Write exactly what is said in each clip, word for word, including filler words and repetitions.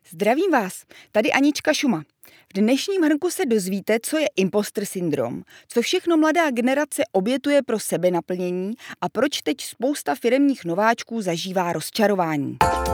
Zdravím vás, tady Anička Šuma. V dnešním hrnku se dozvíte, co je imposter syndrom, co všechno mladá generace obětuje pro sebenaplnění a proč teď spousta firemních nováčků zažívá rozčarování.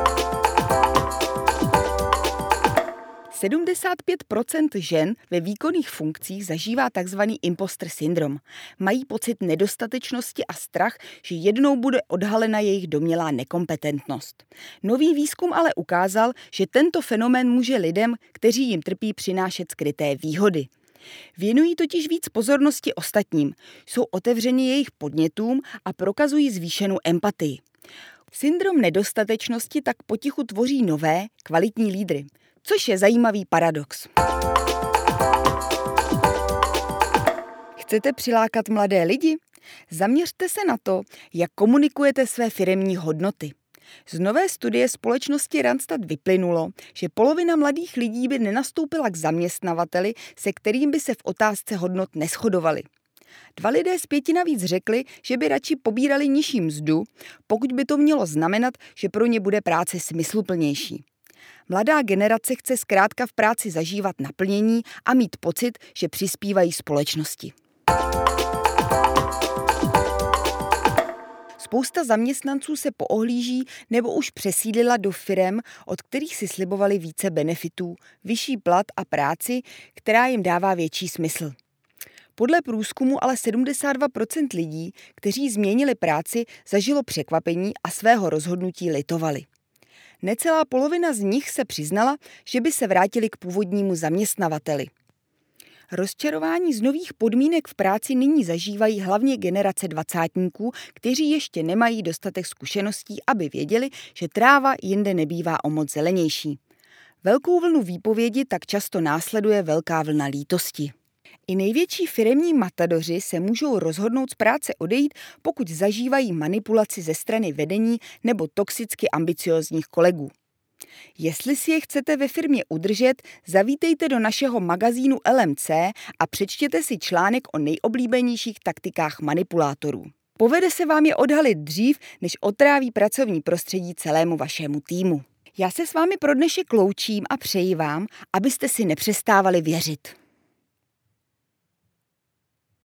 sedmdesát pět procent žen ve výkonných funkcích zažívá tzv. Imposter syndrom. Mají pocit nedostatečnosti a strach, že jednou bude odhalena jejich domnělá nekompetentnost. Nový výzkum ale ukázal, že tento fenomén může lidem, kteří jim trpí, přinášet skryté výhody. Věnují totiž víc pozornosti ostatním, jsou otevřeni jejich podnětům a prokazují zvýšenou empatii. Syndrom nedostatečnosti tak potichu tvoří nové, kvalitní lídry. Což je zajímavý paradox. Chcete přilákat mladé lidi? Zaměřte se na to, jak komunikujete své firemní hodnoty. Z nové studie společnosti Randstad vyplynulo, že polovina mladých lidí by nenastoupila k zaměstnavateli, se kterým by se v otázce hodnot neshodovali. Dva lidé z pěti navíc řekli, že by radši pobírali nižší mzdu, pokud by to mělo znamenat, že pro ně bude práce smysluplnější. Mladá generace chce zkrátka v práci zažívat naplnění a mít pocit, že přispívají společnosti. Spousta zaměstnanců se poohlíží nebo už přesídlila do firem, od kterých si slibovali více benefitů, vyšší plat a práci, která jim dává větší smysl. Podle průzkumu ale sedmdesát dva procent lidí, kteří změnili práci, zažilo překvapení a svého rozhodnutí litovali. Necelá polovina z nich se přiznala, že by se vrátili k původnímu zaměstnavateli. Rozčarování z nových podmínek v práci nyní zažívají hlavně generace dvacátníků, kteří ještě nemají dostatek zkušeností, aby věděli, že tráva jinde nebývá o moc zelenější. Velkou vlnu výpovědi tak často následuje velká vlna lítosti. I největší firemní matadoři se můžou rozhodnout z práce odejít, pokud zažívají manipulaci ze strany vedení nebo toxicky ambiciózních kolegů. Jestli si je chcete ve firmě udržet, zavítejte do našeho magazínu L M C a přečtěte si článek o nejoblíbenějších taktikách manipulátorů. Povede se vám je odhalit dřív, než otráví pracovní prostředí celému vašemu týmu. Já se s vámi pro dnešek loučím a přeji vám, abyste si nepřestávali věřit.